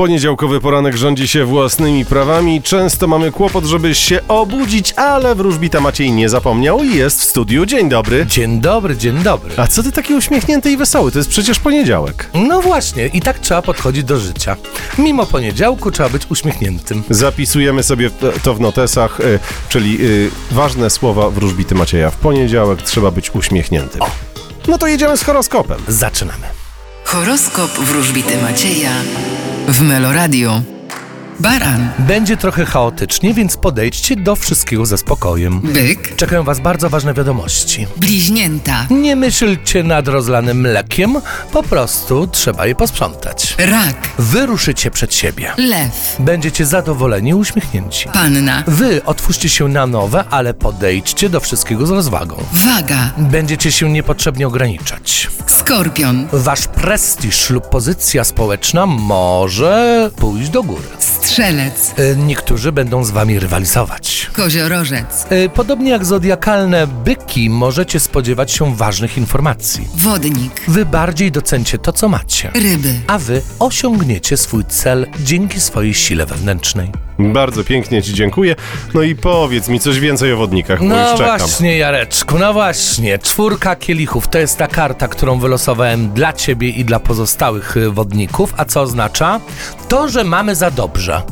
Poniedziałkowy poranek rządzi się własnymi prawami. Często mamy kłopot, żeby się obudzić, ale wróżbita Maciej nie zapomniał i jest w studiu. Dzień dobry. Dzień dobry, dzień dobry. A co ty taki uśmiechnięty i wesoły? To jest przecież poniedziałek. No właśnie, i tak trzeba podchodzić do życia. Mimo poniedziałku trzeba być uśmiechniętym. Zapisujemy sobie to w notesach, czyli ważne słowa wróżbity Macieja. W poniedziałek trzeba być uśmiechniętym. O. No to jedziemy z horoskopem. Zaczynamy. Horoskop wróżbity Macieja w Meloradio. Baran, Będzie trochę chaotycznie, więc podejdźcie do wszystkiego ze spokojem. byk, Czekają was bardzo ważne wiadomości. bliźnięta, Nie myślcie nad rozlanym mlekiem, po prostu trzeba je posprzątać. rak, Wyruszycie przed siebie. lew, Będziecie zadowoleni i uśmiechnięci. panna, Wy otwórzcie się na nowe, ale podejdźcie do wszystkiego z rozwagą. waga, Będziecie się niepotrzebnie ograniczać. skorpion, Wasz prestiż lub pozycja społeczna może pójść do góry. strzelec, Niektórzy będą z wami rywalizować. koziorożec, Podobnie jak zodiakalne byki, możecie spodziewać się ważnych informacji. wodnik, Wy bardziej docencie to, co macie, ryby. a wy osiągniecie swój cel dzięki swojej sile wewnętrznej. Bardzo pięknie ci dziękuję. No i powiedz mi coś więcej o wodnikach, bo No już czekam. właśnie, Jareczku, no właśnie. 4 kielichów to jest ta karta, którą wylosowałem dla ciebie i dla pozostałych wodników. A co oznacza? To, że mamy za dobrze.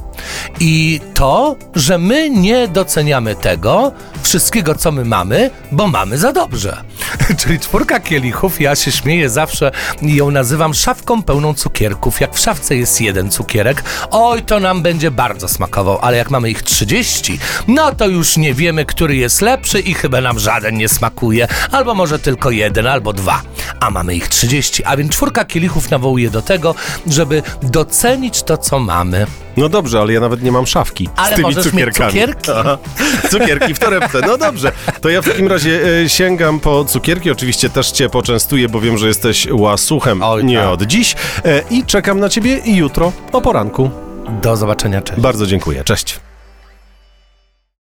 I to, że my nie doceniamy tego wszystkiego, co my mamy, bo mamy za dobrze. Czyli 4 kielichów, ja się śmieję zawsze i ją nazywam szafką pełną cukierków. Jak w szafce jest 1 cukierek, oj, to nam będzie bardzo smakował, ale jak mamy ich 30, no to już nie wiemy, który jest lepszy i chyba nam żaden nie smakuje, albo może tylko 1, albo 2, a mamy ich 30, a więc 4 kielichów nawołuje do tego, żeby docenić to, co mamy. No dobrze, ale ja nawet nie mam szafki Ale z tymi możesz mieć cukierkami. cukierki. Aha. Cukierki w torebce. No dobrze, to ja w takim razie sięgam po cukierki. Oczywiście też cię poczęstuję, bo wiem, że jesteś łasuchem Oj, nie tak. od dziś. I czekam na ciebie jutro o poranku. Do zobaczenia, cześć. Bardzo dziękuję. Cześć.